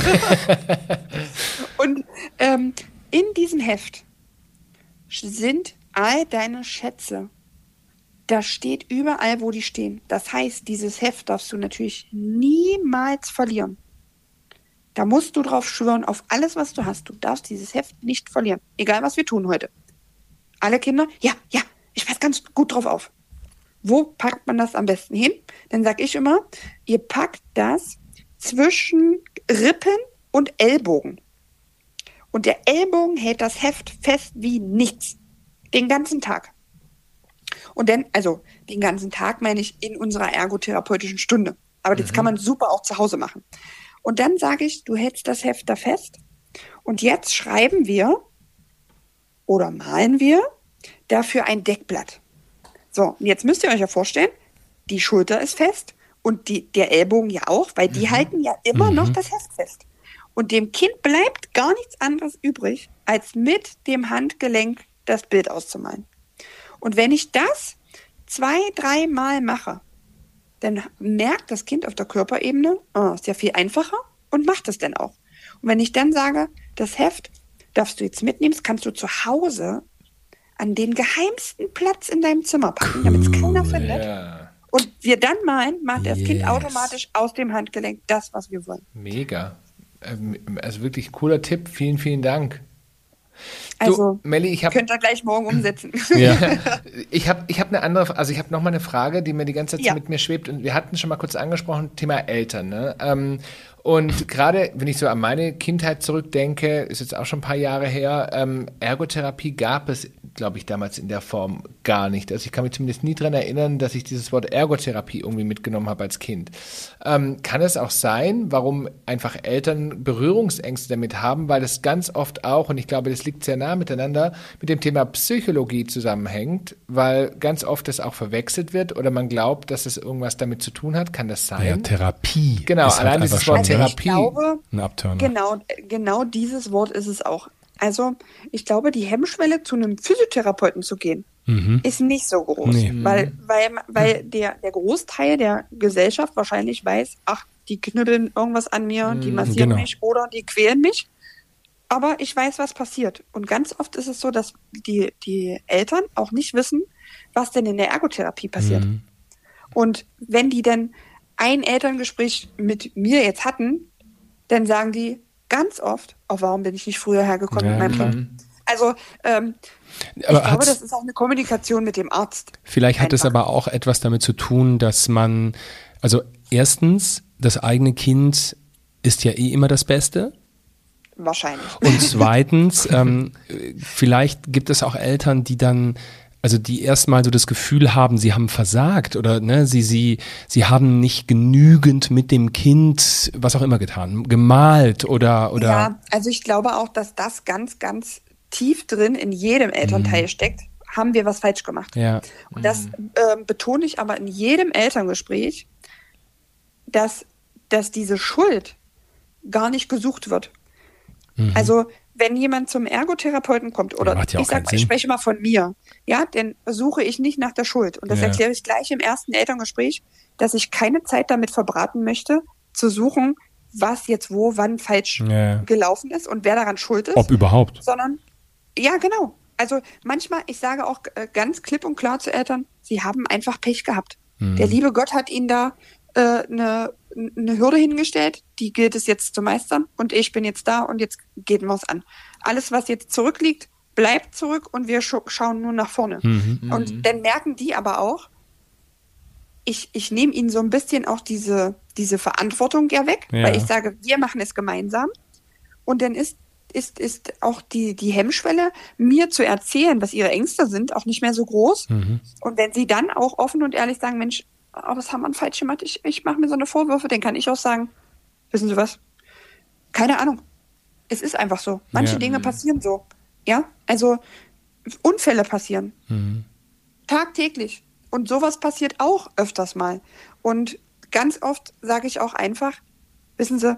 Und in diesem Heft sind all deine Schätze. Da steht überall, wo die stehen. Das heißt, dieses Heft darfst du natürlich niemals verlieren. Da musst du drauf schwören, auf alles, was du hast. Du darfst dieses Heft nicht verlieren. Egal, was wir tun heute. Alle Kinder, ja, ich passe ganz gut drauf auf. Wo packt man das am besten hin? Dann sage ich immer, ihr packt das zwischen Rippen und Ellbogen. Und der Ellbogen hält das Heft fest wie nichts. Den ganzen Tag. Und dann, also den ganzen Tag meine ich in unserer ergotherapeutischen Stunde. Aber das kann man super auch zu Hause machen. Und dann sage ich, du hältst das Heft da fest. Und jetzt schreiben wir oder malen wir dafür ein Deckblatt. So, und jetzt müsst ihr euch ja vorstellen, die Schulter ist fest und der Ellbogen ja auch, weil die halten ja immer noch das Heft fest. Und dem Kind bleibt gar nichts anderes übrig, als mit dem Handgelenk das Bild auszumalen. Und wenn ich das 2-3 Mal mache, dann merkt das Kind auf der Körperebene, ist ja viel einfacher und macht es dann auch. Und wenn ich dann sage, das Heft darfst du jetzt mitnehmen, das kannst du zu Hause an den geheimsten Platz in deinem Zimmer packen, damit es keiner findet. Ja, Und wir dann malen, macht das Kind automatisch aus dem Handgelenk das, was wir wollen. mega. Also wirklich cooler Tipp. Vielen, vielen Dank. Also, Melli, könnt ihr gleich morgen umsetzen. Ja. Ich habe eine andere, also ich habe nochmal eine Frage, die mir die ganze Zeit Ja. mit mir schwebt und wir hatten schon mal kurz angesprochen, Thema Eltern, ne? Und gerade, wenn ich so an meine Kindheit zurückdenke, ist jetzt auch schon ein paar Jahre her, Ergotherapie gab es, glaube ich, damals in der Form gar nicht. Also ich kann mich zumindest nie daran erinnern, dass ich dieses Wort Ergotherapie irgendwie mitgenommen habe als Kind. Kann es auch sein, warum einfach Eltern Berührungsängste damit haben, weil es ganz oft auch, und ich glaube, das liegt sehr nah miteinander, mit dem Thema Psychologie zusammenhängt, weil ganz oft das auch verwechselt wird oder man glaubt, dass es irgendwas damit zu tun hat. Kann das sein? Ja, Therapie. Genau, ist halt allein einfach dieses schon, Wort ne, Therapie. Ich glaube, ein Abturner. genau dieses Wort ist es auch. Also, ich glaube, die Hemmschwelle, zu einem Physiotherapeuten zu gehen, ist nicht so groß. Nee. Weil der Großteil der Gesellschaft wahrscheinlich weiß, ach, die knüppeln irgendwas an mir, die massieren Genau. mich oder die quälen mich. Aber ich weiß, was passiert. Und ganz oft ist es so, dass die Eltern auch nicht wissen, was denn in der Ergotherapie passiert. Und wenn die dann ein Elterngespräch mit mir jetzt hatten, dann sagen die ganz oft, oh, warum bin ich nicht früher hergekommen mit meinem Kind? Also, ich Aber glaube, das ist auch eine Kommunikation mit dem Arzt. vielleicht hat es Einfach. aber auch etwas damit zu tun, dass man, also erstens, das eigene Kind ist ja eh immer das Beste. Wahrscheinlich. Und zweitens, vielleicht gibt es auch Eltern, die dann, also die erstmal so das Gefühl haben, sie haben versagt oder ne, sie haben nicht genügend mit dem Kind, was auch immer getan, gemalt oder Ja, also ich glaube auch, dass das ganz, ganz tief drin in jedem Elternteil steckt. Haben wir was falsch gemacht? ja. Und das betone ich aber in jedem Elterngespräch, dass diese Schuld gar nicht gesucht wird. Also wenn jemand zum Ergotherapeuten kommt oder macht ja auch ich sag keinen mal, ich Sinn. spreche mal von mir, ja, dann suche ich nicht nach der Schuld. Und das Ja. erkläre ich gleich im ersten Elterngespräch, dass ich keine Zeit damit verbraten möchte, zu suchen, was jetzt wo, wann falsch Ja. gelaufen ist und wer daran schuld ist. Ob überhaupt. Sondern, ja, genau. Also manchmal, ich sage auch ganz klipp und klar zu Eltern, sie haben einfach Pech gehabt. Der liebe Gott hat ihnen da eine Hürde hingestellt, die gilt es jetzt zu meistern und ich bin jetzt da und jetzt gehen wir es an. Alles, was jetzt zurückliegt, bleibt zurück und wir schauen nur nach vorne. Und dann merken die aber auch, ich nehme ihnen so ein bisschen auch diese Verantwortung ja weg, Ja. weil ich sage, wir machen es gemeinsam und dann ist auch die Hemmschwelle, mir zu erzählen, was ihre Ängste sind, auch nicht mehr so groß. Und wenn sie dann auch offen und ehrlich sagen, Mensch, aber das haben wir falsch gemacht, ich mache mir so eine Vorwürfe, dann kann ich auch sagen, wissen Sie was? Keine Ahnung. Es ist einfach so. Manche Ja. Dinge passieren so. Ja, also Unfälle passieren. Tagtäglich. Und sowas passiert auch öfters mal. Und ganz oft sage ich auch einfach, wissen Sie,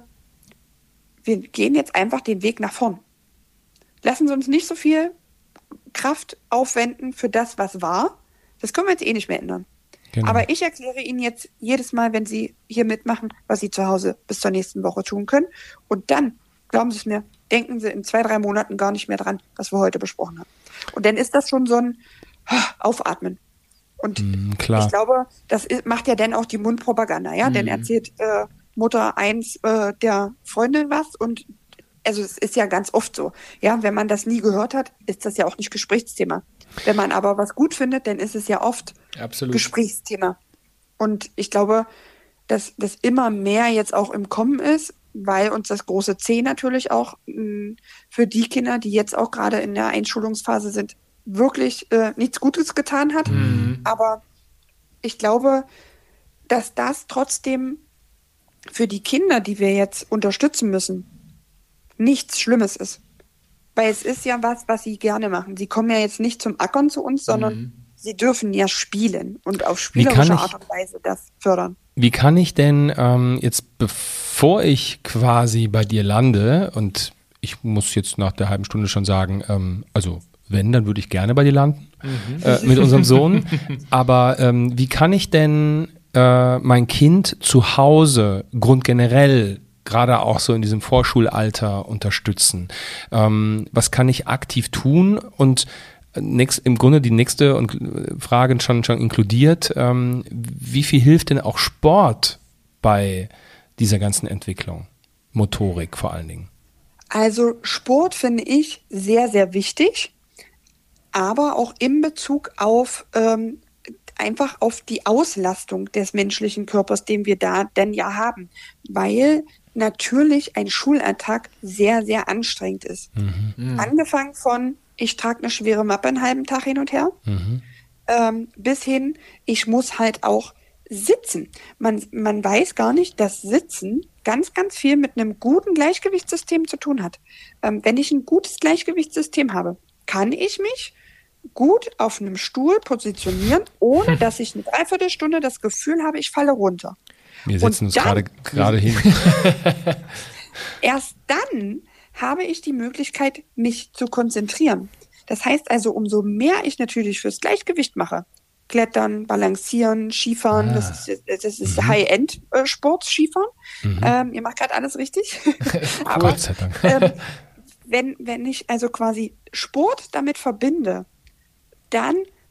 wir gehen jetzt einfach den Weg nach vorn. Lassen Sie uns nicht so viel Kraft aufwenden für das, was war. Das können wir jetzt eh nicht mehr ändern. Genau. Aber ich erkläre Ihnen jetzt jedes Mal, wenn Sie hier mitmachen, was Sie zu Hause bis zur nächsten Woche tun können. Und dann, glauben Sie es mir, denken Sie in 2-3 Monaten gar nicht mehr dran, was wir heute besprochen haben. Und dann ist das schon so ein Aufatmen. Und klar. ich glaube, macht ja dann auch die Mundpropaganda. Ja, dann erzählt Mutter 1 der Freundin was und also es ist ja ganz oft so. Ja, wenn man das nie gehört hat, ist das ja auch nicht Gesprächsthema. Wenn man aber was gut findet, dann ist es ja oft Absolut. Gesprächsthema. Und ich glaube, dass das immer mehr jetzt auch im Kommen ist, weil uns das große C natürlich auch für die Kinder, die jetzt auch gerade in der Einschulungsphase sind, wirklich nichts Gutes getan hat. Aber ich glaube, dass das trotzdem für die Kinder, die wir jetzt unterstützen müssen, nichts Schlimmes ist. Weil es ist ja was sie gerne machen. Sie kommen ja jetzt nicht zum Ackern zu uns, sondern sie dürfen ja spielen und auf spielerische Art und Weise das fördern. Wie kann ich denn jetzt, bevor ich quasi bei dir lande, und ich muss jetzt nach der halben Stunde schon sagen, also wenn, dann würde ich gerne bei dir landen, mit unserem Sohn. Aber wie kann ich denn mein Kind zu Hause grundgenerell gerade auch so in diesem Vorschulalter unterstützen? Was kann ich aktiv tun? Und im Grunde die nächste Frage schon inkludiert, wie viel hilft denn auch Sport bei dieser ganzen Entwicklung? Motorik vor allen Dingen. Also Sport finde ich sehr, sehr wichtig, aber auch in Bezug auf einfach auf die Auslastung des menschlichen Körpers, den wir da denn ja haben, weil natürlich ein Schulalltag sehr, sehr anstrengend ist. Angefangen von, ich trage eine schwere Mappe einen halben Tag hin und her, bis hin, ich muss halt auch sitzen. Man weiß gar nicht, dass Sitzen ganz, ganz viel mit einem guten Gleichgewichtssystem zu tun hat. Wenn ich ein gutes Gleichgewichtssystem habe, kann ich mich gut auf einem Stuhl positionieren, ohne dass ich eine Dreiviertelstunde das Gefühl habe, ich falle runter. Wir setzen uns gerade hin. Erst dann habe ich die Möglichkeit, mich zu konzentrieren. Das heißt also, umso mehr ich natürlich fürs Gleichgewicht mache, Klettern, Balancieren, Skifahren, das ist High-End-Sport, Skifahren. Ihr macht gerade alles richtig. Aber Gott sei Dank. wenn ich also quasi Sport damit verbinde, dann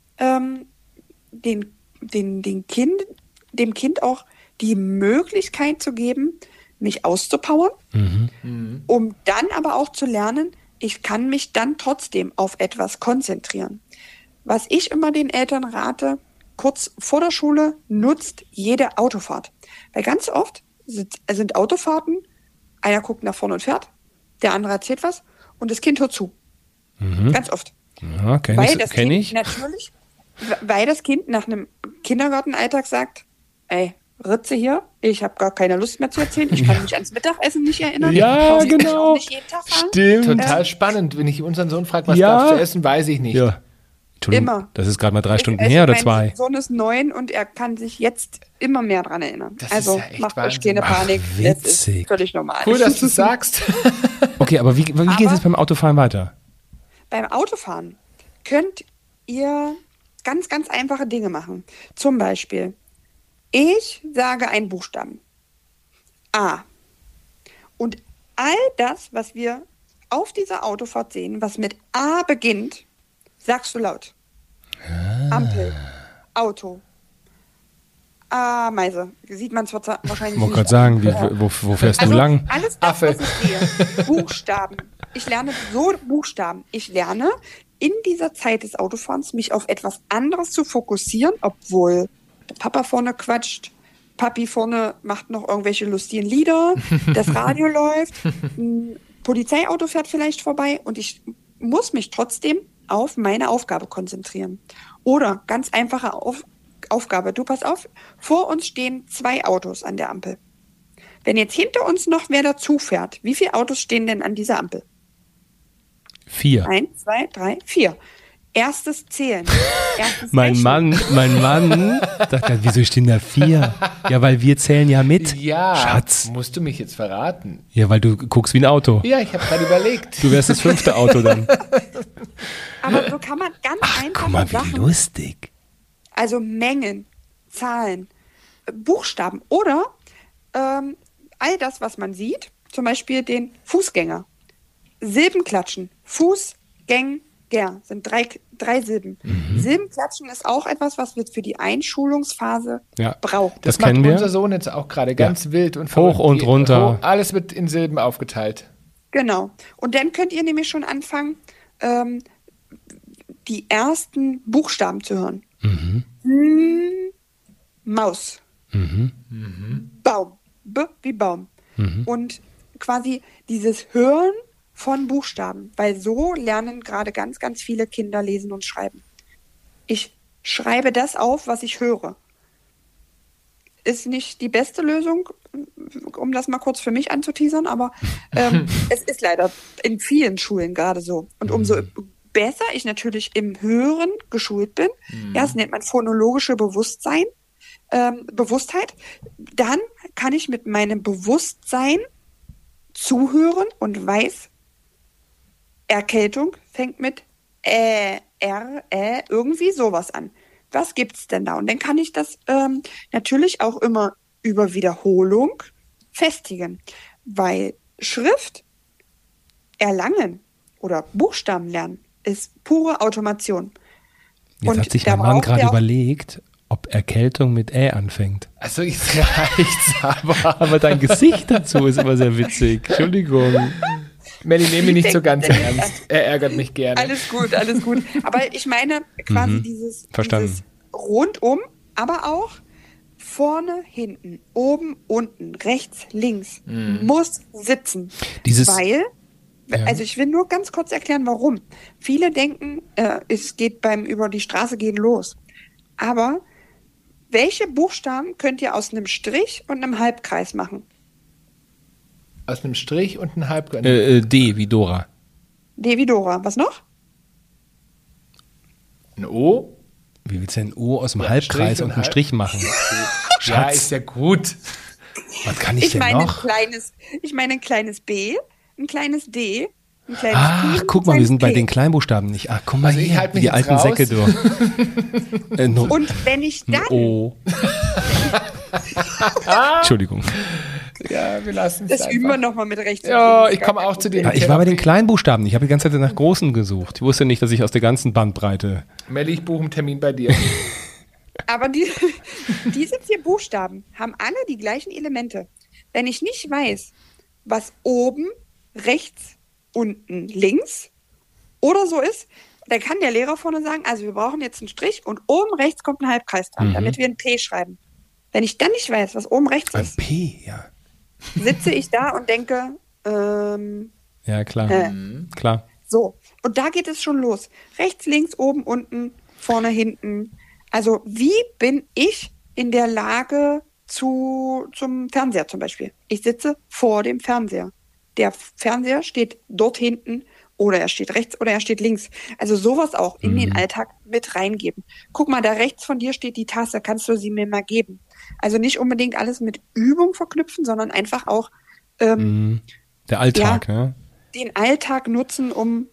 dem Kind auch die Möglichkeit zu geben, mich auszupowern, um dann aber auch zu lernen, ich kann mich dann trotzdem auf etwas konzentrieren. Was ich immer den Eltern rate, kurz vor der Schule, nutzt jede Autofahrt. Weil ganz oft sind Autofahrten, einer guckt nach vorne und fährt, der andere erzählt was und das Kind hört zu. Ganz oft. Ja, kenn ich. Natürlich, weil das Kind nach einem Kindergartenalltag sagt, ey, Ritze hier, ich habe gar keine Lust mehr zu erzählen, ich kann mich ans Mittagessen nicht erinnern. Ja, ich kann genau. auch nicht jeden Tag fahren. Stimmt. Total spannend. Wenn ich unseren Sohn frage, was Ja. darfst du essen, weiß ich nicht. Ja. Entschuldigung, Immer. das ist gerade mal 3 Stunden Also her oder mein 2. Sohn ist 9 und er kann sich jetzt immer mehr dran erinnern. Das ist Also ja echt macht euch Wahnsinn. keine Panik. Ach, Das witzig. ist völlig normal. Cool, dass du es sagst. Okay, aber wie geht es jetzt beim Autofahren weiter? Beim Autofahren könnt ihr ganz, ganz einfache Dinge machen. Zum Beispiel, ich sage einen Buchstaben. A. Und all das, was wir auf dieser Autofahrt sehen, was mit A beginnt, sagst du laut. Ampel, Auto, Meise. Sieht man zwar wahrscheinlich Ich wollte nicht. gerade sagen, wo fährst du lang? Alles das, Affe. was ich sehe. Buchstaben. Ich lerne so Buchstaben. Ich lerne in dieser Zeit des Autofahrens mich auf etwas anderes zu fokussieren, obwohl der Papa vorne quatscht, Papi vorne macht noch irgendwelche lustigen Lieder, das Radio läuft, ein Polizeiauto fährt vielleicht vorbei und ich muss mich trotzdem auf meine Aufgabe konzentrieren. Oder ganz einfache Aufgabe. Du pass auf, vor uns stehen 2 Autos an der Ampel. Wenn jetzt hinter uns noch wer dazu fährt, wie viele Autos stehen denn an dieser Ampel? 4. 1, 2, 3, 4. Erstes Zählen. Erstes Mein Rechnen. Mann sagt, wieso stehen da 4? Ja, weil wir zählen ja mit. Ja, Schatz. musst du mich jetzt verraten? Ja, weil du guckst wie ein Auto. Ja, ich habe gerade überlegt. Du wärst das 5. Auto dann. Aber so kann man ganz einfache Guck mal, wie Sachen, lustig. also Mengen, Zahlen, Buchstaben oder all das, was man sieht, zum Beispiel den Fußgänger. Silben klatschen. Fußgänger sind 3 Silben. Silben klatschen ist auch etwas, was wir für die Einschulungsphase Ja. brauchen. Das macht kennen wir. unser Sohn jetzt auch gerade ganz wild und Hoch verrückt. und runter. Alles wird in Silben aufgeteilt. Genau. Und dann könnt ihr nämlich schon anfangen, die ersten Buchstaben zu hören. Maus. Baum. B wie Baum. Und quasi dieses Hören von Buchstaben, weil so lernen gerade ganz, ganz viele Kinder lesen und schreiben. Ich schreibe das auf, was ich höre. Ist nicht die beste Lösung, um das mal kurz für mich anzuteasern, aber es ist leider in vielen Schulen gerade so. Und umso besser ich natürlich im Hören geschult bin, ja, das nennt man phonologische Bewusstheit, dann kann ich mit meinem Bewusstsein zuhören und weiß, Erkältung fängt mit irgendwie sowas an. Was gibt's denn da? Und dann kann ich das natürlich auch immer über Wiederholung festigen, weil Schrift erlangen oder Buchstaben lernen ist pure Automation. Jetzt Und hat sich da mein Mann braucht gerade er auch- überlegt, ob Erkältung mit anfängt. Also jetzt reicht's aber. Aber dein Gesicht dazu ist immer sehr witzig. Entschuldigung. Melli, nehme mich nicht so ganz ernst. Er ärgert mich gerne. Alles gut, alles gut. Aber ich meine quasi dieses rundum, aber auch vorne, hinten, oben, unten, rechts, links, muss sitzen. Weil, also ich will nur ganz kurz erklären, warum. Viele denken, es geht beim über die Straße gehen los. Aber welche Buchstaben könnt ihr aus einem Strich und einem Halbkreis machen? Aus einem Strich und einem Halbkreis? D wie Dora. D wie Dora. Was noch? Ein O? Wie willst du ein O aus dem Halbkreis und einen Strich machen? Ja, ist ja gut. Was kann ich denn noch? Ich meine ein kleines B, ein kleines D, ein kleines Ach, guck mal, wir sind bei den Kleinbuchstaben nicht. Ach, guck mal Also hier, die alten raus. Säcke durch. Und wenn ich dann... O. Entschuldigung. Ja, wir lassen es Das einfach. üben wir nochmal mit rechts. Ja, ich komme auch zu den. Ja, ich war bei den Kleinbuchstaben. Ich habe die ganze Zeit nach großen gesucht. Ich wusste nicht, dass ich aus der ganzen Bandbreite... Melli, ich buche einen Termin bei dir. Aber diese 4 Buchstaben haben alle die gleichen Elemente. Wenn ich nicht weiß, was oben, rechts, unten, links oder so ist, dann kann der Lehrer vorne sagen, also wir brauchen jetzt einen Strich und oben rechts kommt ein Halbkreis dran, damit wir ein P schreiben. Wenn ich dann nicht weiß, was oben rechts ist, Ein P, ja. sitze ich da und denke, Ja, klar. Klar. so. Und da geht es schon los. Rechts, links, oben, unten, vorne, hinten. Also wie bin ich in der Lage zum Fernseher zum Beispiel? Ich sitze vor dem Fernseher. Der Fernseher steht dort hinten oder er steht rechts oder er steht links. Also sowas auch in den Alltag mit reingeben. Guck mal, da rechts von dir steht die Tasse, kannst du sie mir mal geben? Also nicht unbedingt alles mit Übung verknüpfen, sondern einfach auch Der Alltag, ne? den Alltag nutzen, um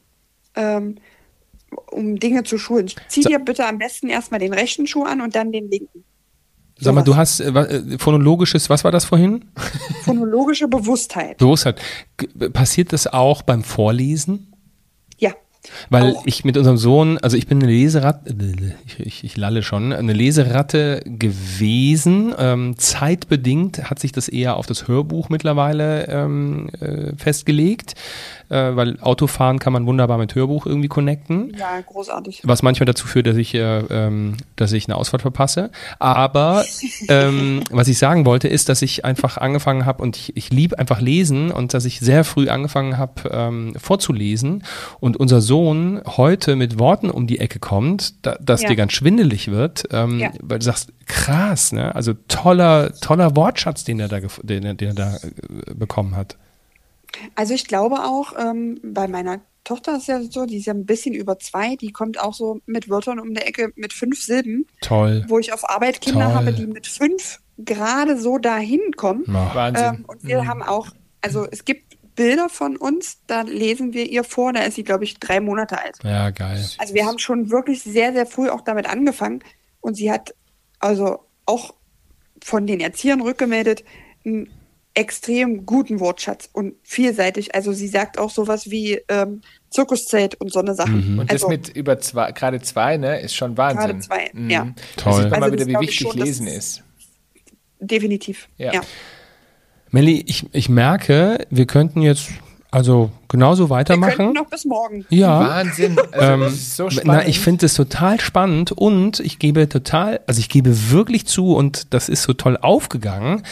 Dinge zu schulen. Zieh dir bitte am besten erstmal den rechten Schuh an und dann den linken. Sag mal, du hast phonologisches, was war das vorhin? Phonologische Bewusstheit. Bewusstheit. Passiert das auch beim Vorlesen? Ja. Weil Auch. ich mit unserem Sohn, also ich bin eine Leseratte, ich lalle schon, eine Leseratte gewesen. Zeitbedingt hat sich das eher auf das Hörbuch mittlerweile festgelegt, weil Autofahren kann man wunderbar mit Hörbuch irgendwie connecten. Ja, großartig. Was manchmal dazu führt, dass ich eine Ausfahrt verpasse. Aber was ich sagen wollte, ist, dass ich einfach angefangen habe und ich liebe einfach lesen und dass ich sehr früh angefangen habe vorzulesen und unser Sohn heute mit Worten um die Ecke kommt, dass dir ganz schwindelig wird, weil du sagst, krass, ne? Also toller Wortschatz, den er da bekommen hat. Also ich glaube auch, bei meiner Tochter ist ja so, die ist ja ein bisschen über 2, die kommt auch so mit Wörtern um die Ecke mit 5 Silben. Toll. Wo ich auf Arbeit Kinder habe, die mit 5 gerade so dahin kommen. Wahnsinn. Und wir haben auch, also es gibt Bilder von uns, da lesen wir ihr vor, da ist sie, glaube ich, 3 Monate alt. Ja, geil. Also wir haben schon wirklich sehr, sehr früh auch damit angefangen und sie hat also auch von den Erziehern rückgemeldet, einen extrem guten Wortschatz und vielseitig. Also sie sagt auch sowas wie Zirkuszelt und so eine Sachen. Und das mit über gerade 2, ne, ist schon Wahnsinn. Gerade 2, ja. Toll. Da sieht man mal Also wieder, das wie glaube ich wichtig schon, Lesen dass- ist. Definitiv, Ja. ja. Melli, ich merke, wir könnten jetzt also genauso Wir weitermachen. könnten noch bis morgen. Ja. Wahnsinn. Also, das ist so spannend. Na, ich finde es total spannend und ich gebe wirklich zu und das ist so toll aufgegangen.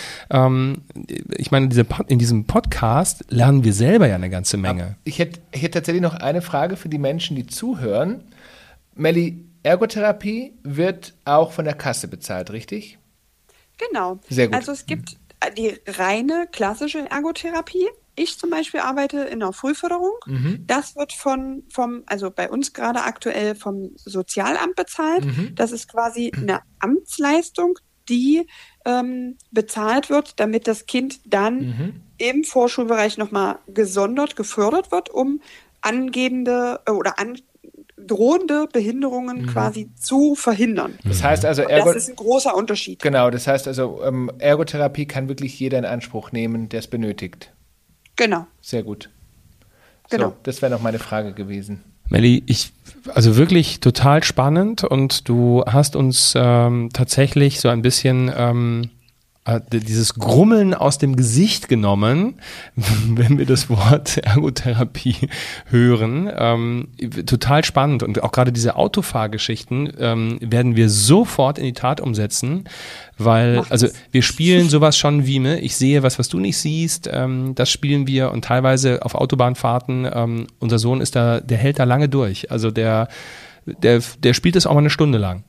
Ich meine, in diesem Podcast lernen wir selber ja eine ganze Menge. Ich hätte tatsächlich noch eine Frage für die Menschen, die zuhören. Melli, Ergotherapie wird auch von der Kasse bezahlt, richtig? Genau. Sehr gut. Also es gibt die reine klassische Ergotherapie. Ich zum Beispiel arbeite in der Frühförderung. Das wird also bei uns gerade aktuell vom Sozialamt bezahlt. Das ist quasi eine Amtsleistung, die bezahlt wird, damit das Kind dann im Vorschulbereich nochmal gesondert gefördert wird, um angehende oder drohende Behinderungen quasi zu verhindern. Das heißt also, Das ist ein großer Unterschied. Genau, das heißt also, Ergotherapie kann wirklich jeder in Anspruch nehmen, der es benötigt. Genau. Sehr gut. Genau. So, das wäre noch meine Frage gewesen. Melli, also wirklich total spannend und du hast uns tatsächlich so ein bisschen dieses Grummeln aus dem Gesicht genommen, wenn wir das Wort Ergotherapie hören. Total spannend und auch gerade diese Autofahrgeschichten werden wir sofort in die Tat umsetzen, weil, also wir spielen sowas schon wie, ne? Ich sehe was du nicht siehst, das spielen wir und teilweise auf Autobahnfahrten, unser Sohn ist da, der hält da lange durch, also der spielt das auch mal eine Stunde lang.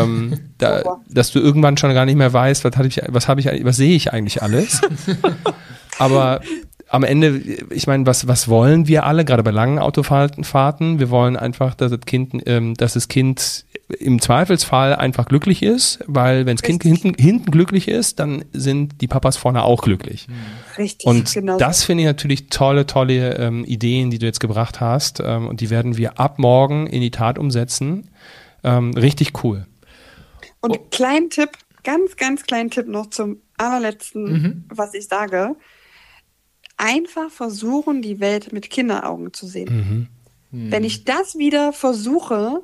Dass du irgendwann schon gar nicht mehr weißt, was sehe ich eigentlich alles. Aber am Ende, ich meine, was wollen wir alle, gerade bei langen Autofahrten? Wir wollen einfach, dass das Kind im Zweifelsfall einfach glücklich ist, weil wenn das Kind hinten glücklich ist, dann sind die Papas vorne auch glücklich. Richtig. Und genau das finde ich natürlich tolle Ideen, die du jetzt gebracht hast. Und die werden wir ab morgen in die Tat umsetzen. Richtig cool. Und kleinen Tipp, ganz, ganz kleinen Tipp noch zum allerletzten, was ich sage. Einfach versuchen, die Welt mit Kinderaugen zu sehen. Wenn ich das wieder versuche,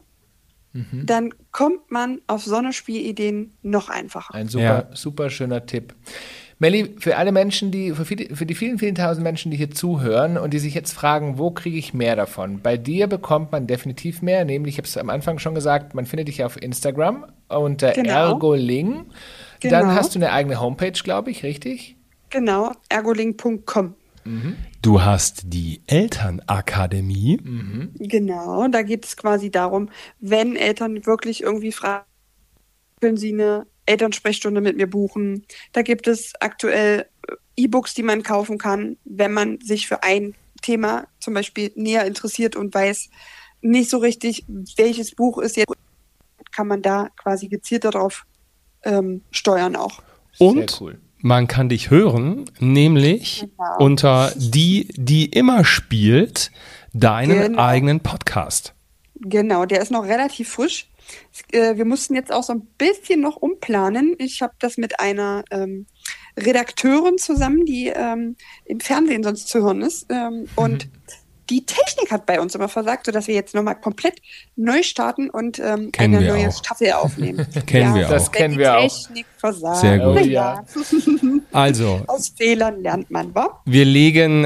dann kommt man auf so eine Spielideen noch einfacher. Ein super schöner Tipp. Melli, für alle Menschen, für die vielen, vielen tausend Menschen, die hier zuhören und die sich jetzt fragen, wo kriege ich mehr davon? Bei dir bekommt man definitiv mehr, nämlich, ich habe es am Anfang schon gesagt, man findet dich auf Instagram unter Ergoling. Genau. Dann hast du eine eigene Homepage, glaube ich, richtig? Genau, ergoling.com. Du hast die Elternakademie. Genau, da geht es quasi darum, wenn Eltern wirklich irgendwie fragen, können sie eine Elternsprechstunde mit mir buchen. Da gibt es aktuell E-Books, die man kaufen kann, wenn man sich für ein Thema zum Beispiel näher interessiert und weiß nicht so richtig, welches Buch ist jetzt, kann man da quasi gezielt darauf steuern auch. Und sehr cool. Man kann dich hören, nämlich unter die immer spielt, deinen eigenen Podcast. Genau, der ist noch relativ frisch. Wir mussten jetzt auch so ein bisschen noch umplanen. Ich habe das mit einer Redakteurin zusammen, die im Fernsehen sonst zu hören ist. Und die Technik hat bei uns immer versagt, sodass wir jetzt nochmal komplett neu starten und eine neue Staffel aufnehmen. Kennen wir das auch. kennen wir auch. Die Technik versagt. Sehr gut. Ja. Also, aus Fehlern lernt man, wa? wir legen,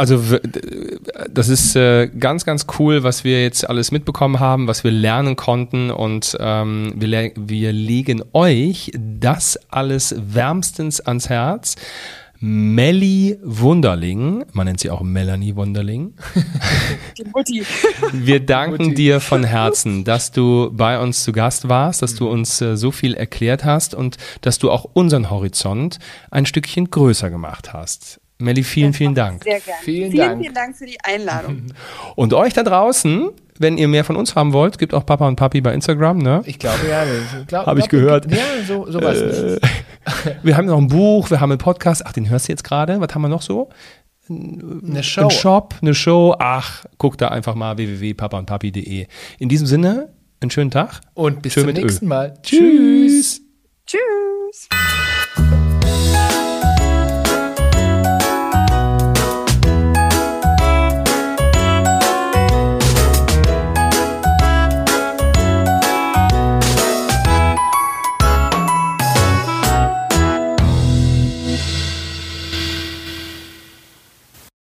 das ist ganz, ganz cool, was wir jetzt alles mitbekommen haben, was wir lernen konnten und wir legen euch das alles wärmstens ans Herz. Melli Wunderling, man nennt sie auch Melanie Wunderling. Die Mutti. Wir danken dir von Herzen, dass du bei uns zu Gast warst, dass du uns so viel erklärt hast und dass du auch unseren Horizont ein Stückchen größer gemacht hast. Melli, vielen Dank. Sehr gerne. Vielen Dank für die Einladung. Und euch da draußen, wenn ihr mehr von uns haben wollt, gibt auch Papa und Papi bei Instagram, ne? Ich glaube, ja. Habe ich gehört. Ja, sowas nicht. Wir haben noch ein Buch, wir haben einen Podcast. Ach, den hörst du jetzt gerade. Was haben wir noch so? Eine Show. Ein Shop, eine Show. Ach, guck da einfach mal www.papaundpapi.de. In diesem Sinne, einen schönen Tag. Und bis Schön zum mit nächsten Mal. Tschüss.